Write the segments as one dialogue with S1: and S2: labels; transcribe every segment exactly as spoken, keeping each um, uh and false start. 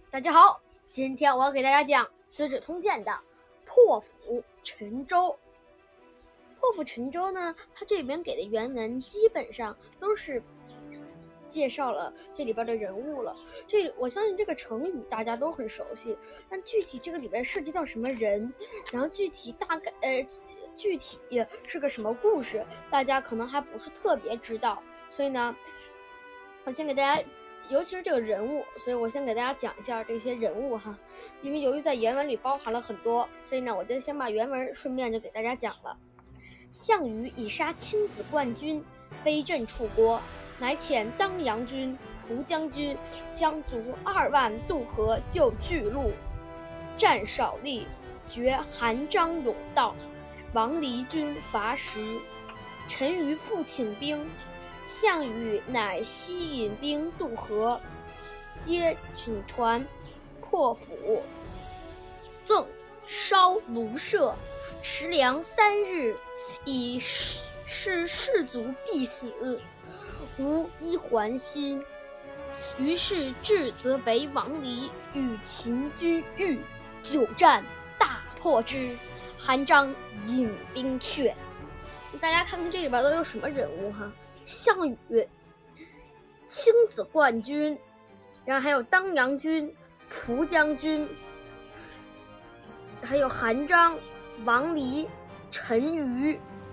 S1: 大家好，今天我要给大家讲《资治通鉴》的破釜沉舟。破釜沉舟呢，它这里边给的原文基本上都是介绍了这里边的人物了。这我相信这个成语大家都很熟悉，但具体这个里边涉及到什么人，然后具体大概呃具体是个什么故事，大家可能还不是特别知道。所以呢，我先给大家。尤其是这个人物，所以我先给大家讲一下这些人物哈。因为由于在原文里包含了很多，所以呢，我就先把原文顺便就给大家讲了。项羽以杀青子冠军，威震楚国，乃遣当阳军、蒲将军将卒二万渡河救巨鹿，战少利，绝韩章甬道，王离军伐食。陈馀复请兵。项羽乃西引兵渡河，皆请船，破釜，赠烧庐舍，持粮三日，以示士卒必死，无一还心。于是至则为王离与秦军遇，久战，大破之。韩章引兵却。大家看看这里边都有什么人物哈？项羽、青子冠军，然后还有当阳军、蒲将军，还有韩章、王离、陈馀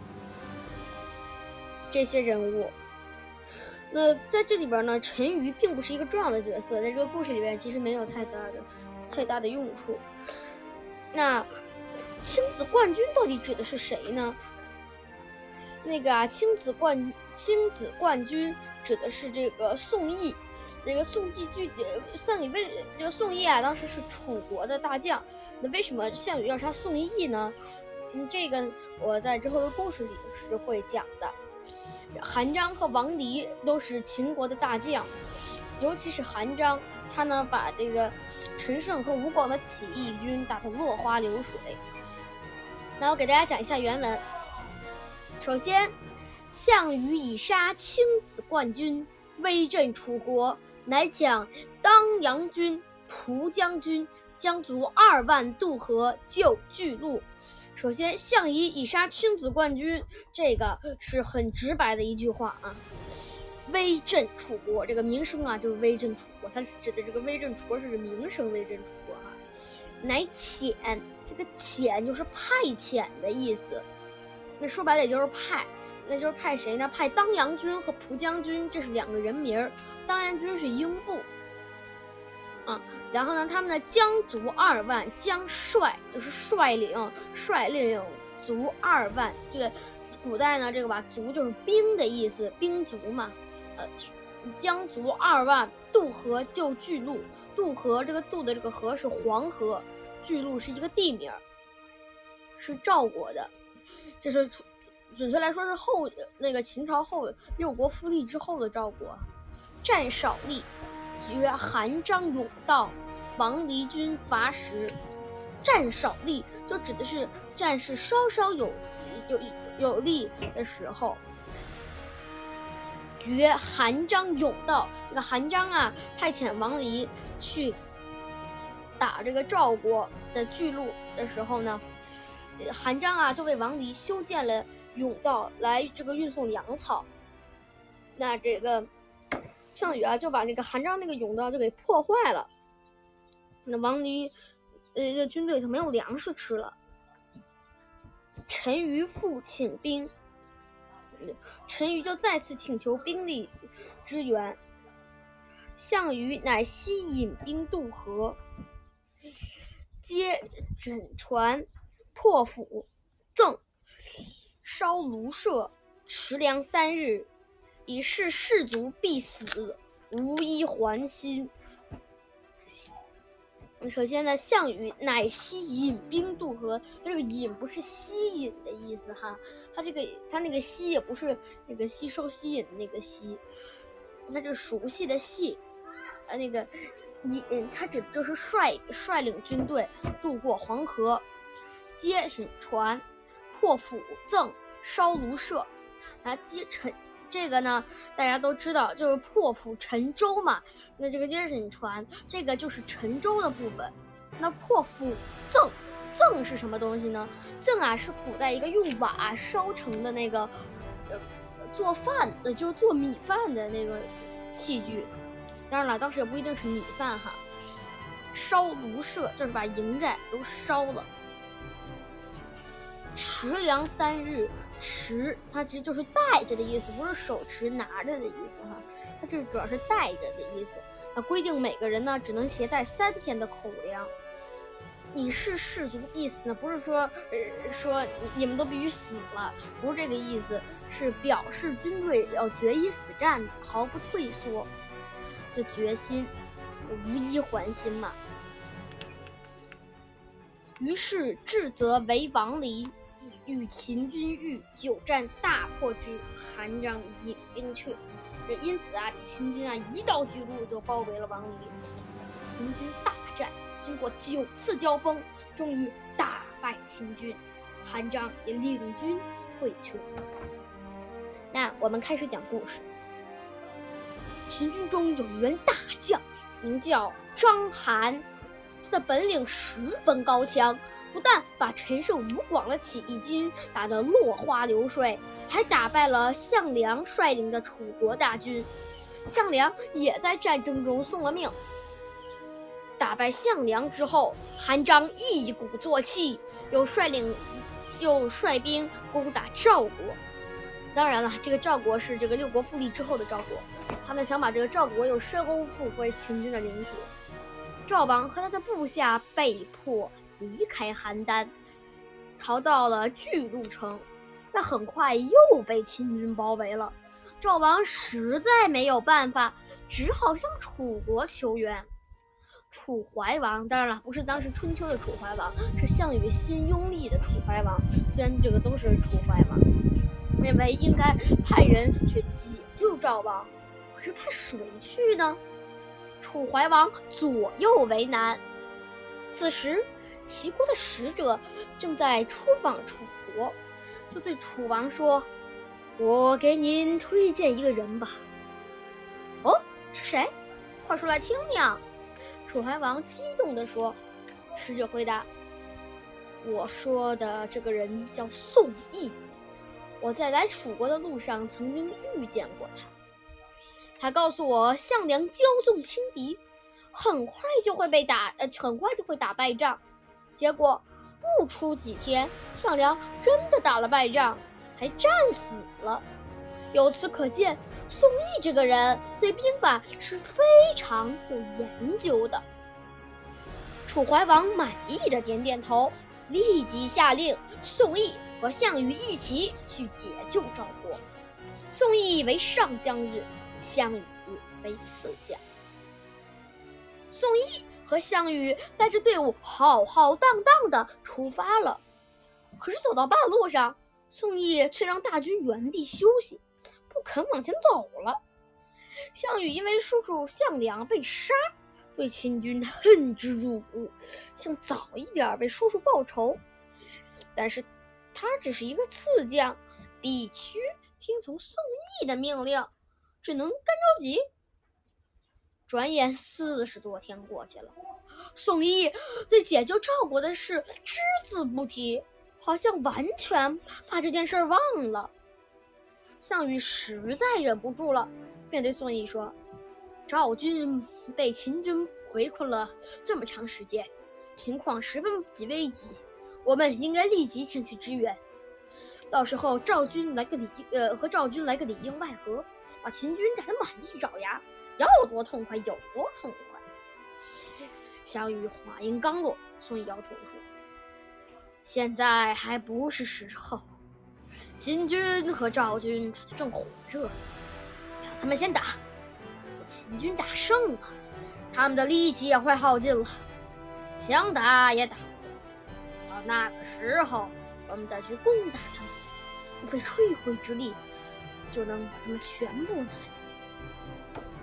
S1: 这些人物。那在这里边呢，陈馀并不是一个重要的角色，在这个故事里边其实没有太大的太大的用处。那青子冠军到底指的是谁呢？那个啊，青子冠青子冠军指的是这个宋义。这个宋义具项羽为这个宋义啊，当时是楚国的大将。那为什么项羽要杀宋义呢？嗯，这个我在之后的故事里是会讲的。韩章和王离都是秦国的大将，尤其是韩章，他呢把这个陈胜和吴广的起义军打得落花流水。那我给大家讲一下原文。首先，项羽以杀青子冠军，威震楚国，乃遣当阳军、蒲将军将卒二万渡河救巨鹿。首先，项羽以杀青子冠军，这个是很直白的一句话啊。威震楚国，这个名声啊，就是威震楚国，它指的这个威震楚国是名声威震楚国哈、啊。乃遣，这个遣就是派遣的意思。那说白了也就是派，那就是派谁呢？派当阳军和蒲将军，这是两个人名。当阳军是英布，啊，然后呢，他们的将卒二万，将率就是率领，率领卒二万。这个古代呢，这个吧，卒就是兵的意思，兵卒嘛。呃，将卒二万渡河救巨鹿。渡河这个渡的这个河是黄河，巨鹿是一个地名，是赵国的。这是准确来说是后那个秦朝后六国复立之后的赵国。战少利，绝韩章甬道，王离军伐食。战少利就指的是战事稍稍有有有利的时候。绝韩章甬道，这个韩章啊，派遣王离去打这个赵国的巨鹿的时候呢，韩章啊就为王离修建了甬道来这个运送粮草。那这个项羽啊就把这个韩章那个甬道就给破坏了，那王离呃的军队就没有粮食吃了。陈馀复请兵，陈馀就再次请求兵力支援。项羽乃西引兵渡河，皆枕船，破釜，赠烧庐舍，持粮三日，以示士卒必死，无一还心。首先呢，项羽乃西引兵渡河，这个引不是吸引的意思哈，他这个他那个吸也不是那个吸收吸引的那个吸，他这熟悉的系，呃那个引他指的就是率率领军队渡过黄河，皆是船，破釜，赠烧庐舍，啊，皆陈这个呢，大家都知道，就是破釜沉舟嘛。那这个接着你传，这个就是沉舟的部分。那破釜甑，甑是什么东西呢？甑啊，是古代一个用瓦烧成的那个，呃，做饭的，就做米饭的那种器具。当然了，当时也不一定是米饭哈。烧庐舍就是把营寨都烧了。持粮三日，持它其实就是带着的意思，不是手持拿着的意思哈，它这主要是带着的意思。那规定每个人呢只能携带三天的口粮，以示士卒必死呢，不是说呃说你们都必须死了，不是这个意思，是表示军队要决一死战，毫不退缩的决心，无一还心嘛。于是至则为王离，与秦军遇，久战大破之，韩章引兵却。这因此啊，这秦军啊一到巨鹿就包围了王离，秦军大战，经过九次交锋，终于大败秦军，韩章也领军退却。那我们开始讲故事。秦军中有一员大将，名叫章邯。他的本领十分高强，不但把陈胜吴广的起义军打得落花流水，还打败了项梁率领的楚国大军。项梁也在战争中送了命。打败项梁之后，韩章一鼓作气，又率领又率兵攻打赵国。当然了，这个赵国是这个六国复立之后的赵国，他呢想把这个赵国又收复回秦军的领土。赵王和他的部下被迫离开邯郸，逃到了巨鹿城，但很快又被秦军包围了。赵王实在没有办法，只好向楚国求援。楚怀王，当然了，不是当时春秋的楚怀王，是项羽新拥立的楚怀王。虽然这个都是楚怀王，认为应该派人去解救赵王，可是派谁去呢？楚怀王左右为难。此时齐国的使者正在出访楚国，就对楚王说：我给您推荐一个人吧。哦，是谁？快说来听听。楚怀王激动地说。使者回答：我说的这个人叫宋义，我在来楚国的路上曾经遇见过他。他告诉我，项梁骄纵轻敌，很快就会被打，呃，很快就会打败仗。结果不出几天，项梁真的打了败仗，还战死了。由此可见，宋义这个人对兵法是非常有研究的。楚怀王满意的点点头，立即下令宋义和项羽一起去解救赵国。宋义为上将军，项羽为次将。宋义和项羽带着队伍浩浩荡荡地出发了。可是走到半路上，宋义却让大军原地休息，不肯往前走了。项羽因为叔叔项梁被杀，对秦军恨之入骨，想早一点为叔叔报仇。但是他只是一个次将，必须听从宋义的命令，只能干着急。转眼四十多天过去了，宋义对解救赵国的事只字不提，好像完全把这件事忘了。项羽实在忍不住了，便对宋义说：赵军被秦军围困了这么长时间，情况十分危急，我们应该立即前去支援。到时候赵军来个里呃和赵军来个里应外合，把秦军打得满地找牙，要多痛快有多痛快。项羽话音刚落，宋义摇头说：现在还不是时候，秦军和赵军打得正火热，让他们先打。秦军打胜了，他们的力气也会耗尽了，想打也打不过。到那个时候，我们再去攻打他们，不费吹灰之力，就能把他们全部拿下。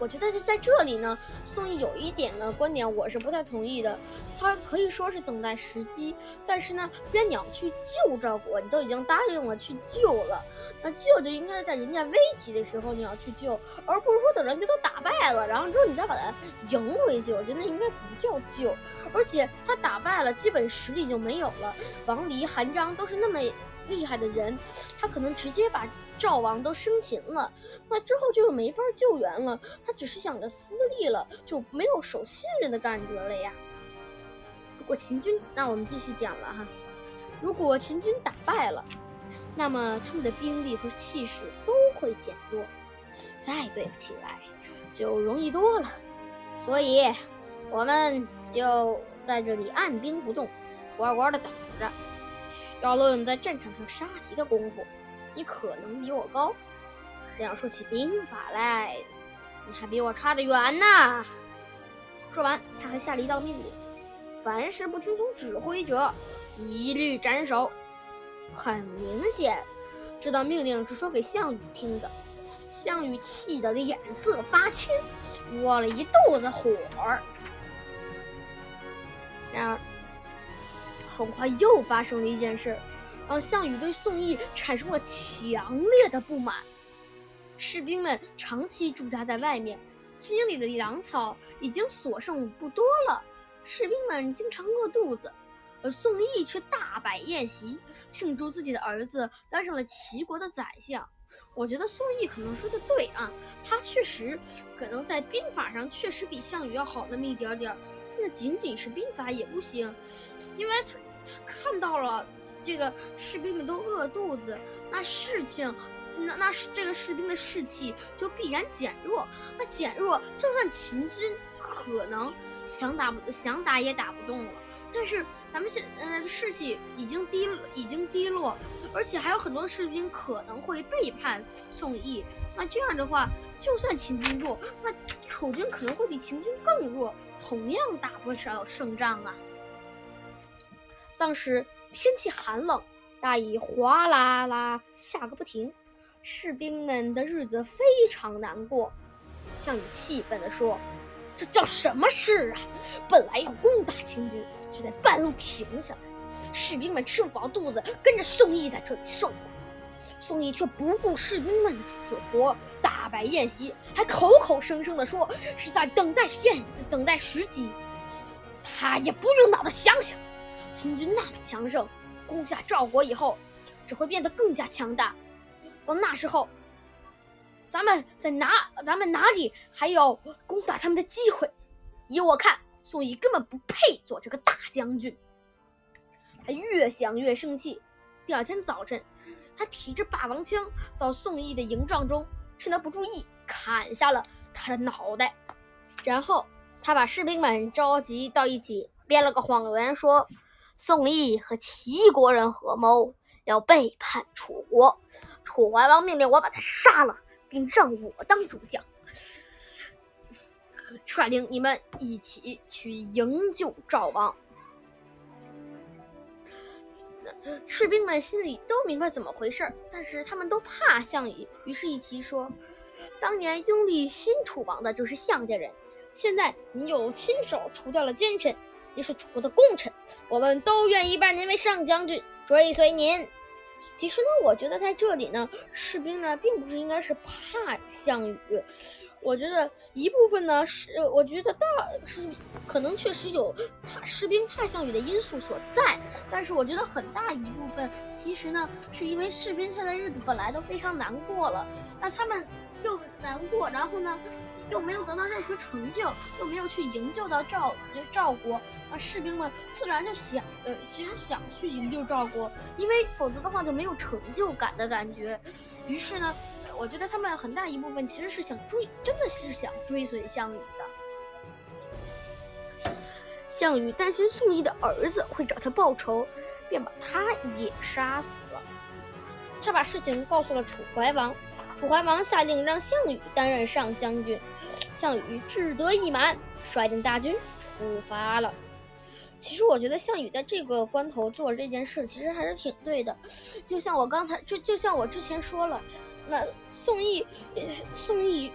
S1: 我觉得在这里呢，宋义有一点呢观点我是不太同意的。他可以说是等待时机，但是呢，既然你要去救赵国，你都已经答应了去救了，那救就应该在人家危急的时候你要去救，而不是说等人家都打败了，然后之后你再把他赢回去。我觉得那应该不叫救，而且他打败了，基本实力就没有了。王离、韩章都是那么厉害的人，他可能直接把赵王都生擒了，那之后就没法救援了，他只是想着私利了，就没有守信任的感觉了呀。如果秦军，那我们继续讲了哈，如果秦军打败了，那么他们的兵力和气势都会减弱，再对付起来就容易多了。所以我们就在这里按兵不动，乖乖的等着。要论在战场上杀敌的功夫，你可能比我高，但要说起兵法来，你还比我差得远呢。说完，他还下了一道命令：凡是不听从指挥者，一律斩首。很明显，这道命令是说给项羽听的。项羽气得脸色发青，窝了一肚子火。然而，很快又发生了一件事，让项羽对宋义产生了强烈的不满。士兵们长期驻扎在外面，军营里的粮草已经所剩不多了，士兵们经常饿肚子，而宋义却大摆宴席，庆祝自己的儿子当上了齐国的宰相。我觉得宋义可能说的对啊，他确实可能在兵法上确实比项羽要好那么一点点，真的仅仅是兵法也不行，因为他他看到了这个士兵们都饿肚子，那事情那那是这个士兵的士气就必然减弱，那减弱就算秦军可能想打不想打也打不动了，但是咱们现呃士气已经低已经低落，而且还有很多士兵可能会背叛宋义，那这样的话，就算秦军弱，那楚军可能会比秦军更弱，同样打不了胜仗啊。当时天气寒冷，大雨哗啦啦下个不停，士兵们的日子非常难过。项羽气愤地说：“这叫什么事啊！本来要攻打秦军，却在半路停下来，士兵们吃不饱肚子，跟着宋义在这里受苦。宋义却不顾士兵们的死活，大摆宴席，还口口声声地说是在等待宴等待时机。他也不用脑子想想，秦军那么强盛，攻下赵国以后，只会变得更加强大。到那时候，咱们在哪咱们哪里还有攻打他们的机会？依我看，宋义根本不配做这个大将军。”他越想越生气。第二天早晨，他提着霸王枪到宋义的营帐中，趁他不注意砍下了他的脑袋。然后他把士兵们召集到一起，编了个谎言，说宋义和齐国人合谋，要背叛楚国，楚怀王命令我把他杀了，并让我当主将，率领你们一起去营救赵王。士兵们心里都明白怎么回事，但是他们都怕项羽，于是一起说：“当年拥立新楚王的就是项家人，现在你又亲手除掉了奸臣，你是楚国的功臣，我们都愿意拜您为上将军，追随您。”其实呢，我觉得在这里呢，士兵呢并不是应该是怕项羽，我觉得一部分呢是，我觉得大是可能确实有怕士兵怕项羽的因素所在，但是我觉得很大一部分其实呢是因为士兵现在日子本来都非常难过了，那他们又难过，然后呢又没有得到任何成就，又没有去营救到赵赵国，那士兵们自然就想呃其实想去营救赵国，因为否则的话就没有成就感的感觉。于是呢，我觉得他们很大一部分其实是想追，真的是想追随项羽的。项羽担心宋义的儿子会找他报仇，便把他也杀死了。他把事情告诉了楚怀王，楚怀王下令让项羽担任上将军。项羽志得意满，率领大军出发了。其实我觉得项羽在这个关头做这件事其实还是挺对的，就像我刚才就就像我之前说了，那宋义宋义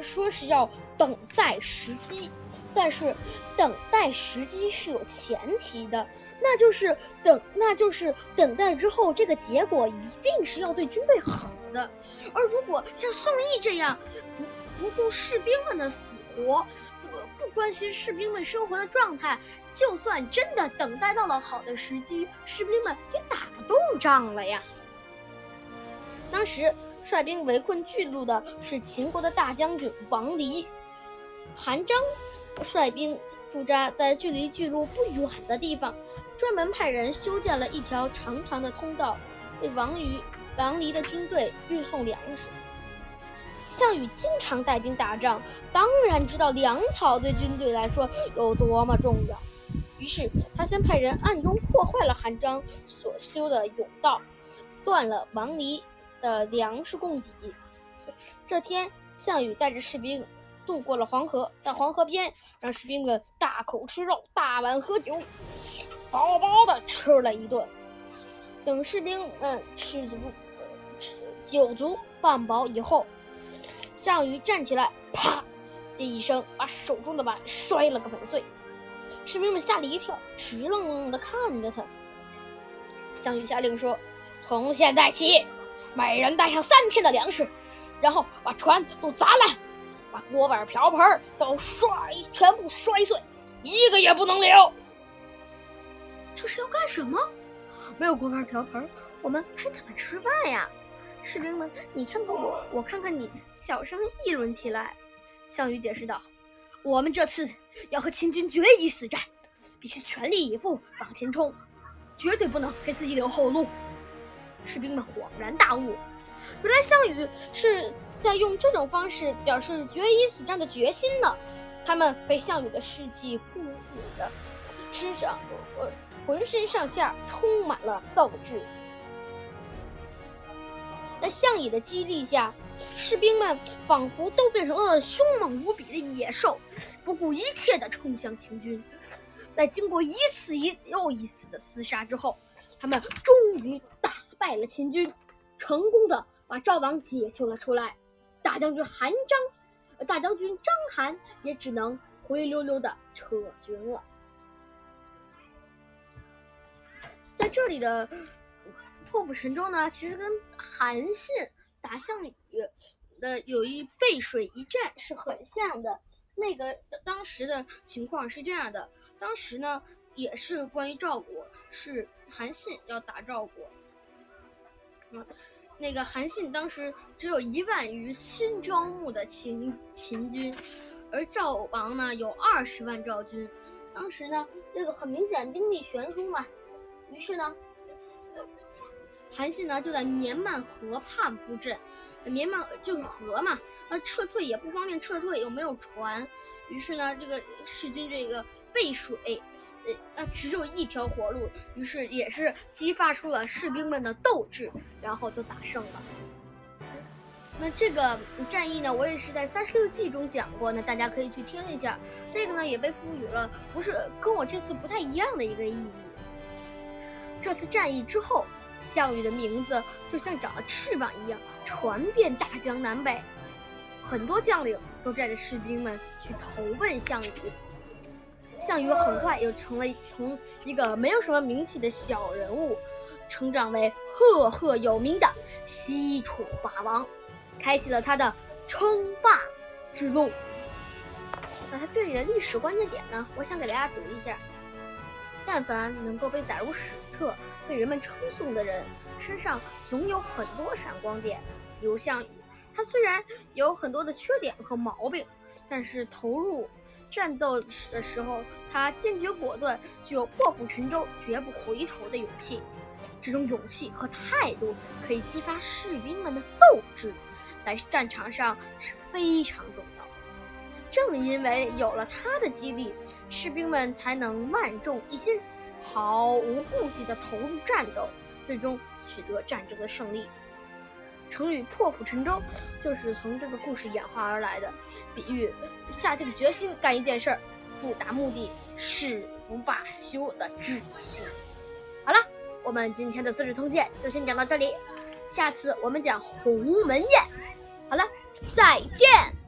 S1: 说是要等待时机，但是等待时机是有前提的，那就是等，那就是等待之后，这个结果一定是要对军队好的。而如果像宋义这样不不顾士兵们的死活，不不关心士兵们生活的状态，就算真的等待到了好的时机，士兵们也打不动仗了呀。当时率兵围困巨鹿的是秦国的大将军王离，韩章率兵驻扎在距离巨鹿不远的地方，专门派人修建了一条长长的通道，为王于王离的军队运送粮食。项羽经常带兵打仗，当然知道粮草对军队来说有多么重要，于是他先派人暗中破坏了韩章所修的甬道，断了王离的粮食供给。这天，项羽带着士兵渡过了黄河，在黄河边让士兵们大口吃肉，大碗喝酒，饱饱的吃了一顿。等士兵们吃足、吃酒足饭饱以后，项羽站起来，啪的一声把手中的碗摔了个粉碎。士兵们吓了一跳，直愣愣地看着他。项羽下令说：“从现在起，每人带上三天的粮食，然后把船都砸烂，把锅碗瓢盆都摔全部摔碎，一个也不能留。”这是要干什么？没有锅碗瓢盆，我们还怎么吃饭呀？士兵们你看看我，我看看你，小声议论起来。项羽解释道：“我们这次要和秦军决一死战，必须全力以赴往前冲，绝对不能给自己留后路。”士兵们恍然大悟，原来项羽是在用这种方式表示决一死战的决心呢。他们被项羽的士气鼓舞着，身上呃浑身上下充满了斗志。在项羽的激励下，士兵们仿佛都变成了凶猛无比的野兽，不顾一切地冲向秦军。在经过一次一又一次的厮杀之后，他们终于打败了秦军，成功的把赵王解救了出来。大将军韩章，大将军章邯也只能灰溜溜的撤军了。在这里的破釜沉舟呢，其实跟韩信打项羽的有一背水一战是很像的。那个当时的情况是这样的，当时呢也是关于赵国，是韩信要打赵国。嗯，那个韩信当时只有一万余新招募的秦秦军，而赵王呢有二十万赵军。当时呢，这个很明显兵力悬殊嘛，于是呢，呃、韩信呢就在绵漫河畔布阵。绵漫就是河嘛，那撤退也不方便撤退，又没有船，于是呢，这个士军这个背水，呃，那只有一条活路，于是也是激发出了士兵们的斗志，然后就打胜了。那这个战役呢，我也是在三十六计中讲过，那大家可以去听一下。这个呢，也被赋予了不是跟我这次不太一样的一个意义。这次战役之后，项羽的名字就像长了翅膀一样，传遍大江南北，很多将领都带着士兵们去投奔项羽。项羽很快又成了从一个没有什么名气的小人物，成长为赫赫有名的西楚霸王，开启了他的称霸之路。那他这里的历史关键点呢，我想给大家读一下。但凡能够被载入史册、被人们称颂的人，身上总有很多闪光点。比如项羽，他虽然有很多的缺点和毛病，但是投入战斗的时候，他坚决果断，具有破釜沉舟、绝不回头的勇气。这种勇气和态度可以激发士兵们的斗志，在战场上是非常重要。正因为有了他的激励，士兵们才能万众一心，毫无顾忌地投入战斗，最终取得战争的胜利。成语破釜沉舟就是从这个故事演化而来的，比喻下定决心干一件事儿，不达目的誓不罢休的志气。好了，我们今天的资治通鉴就先讲到这里，下次我们讲鸿门宴。好了，再见。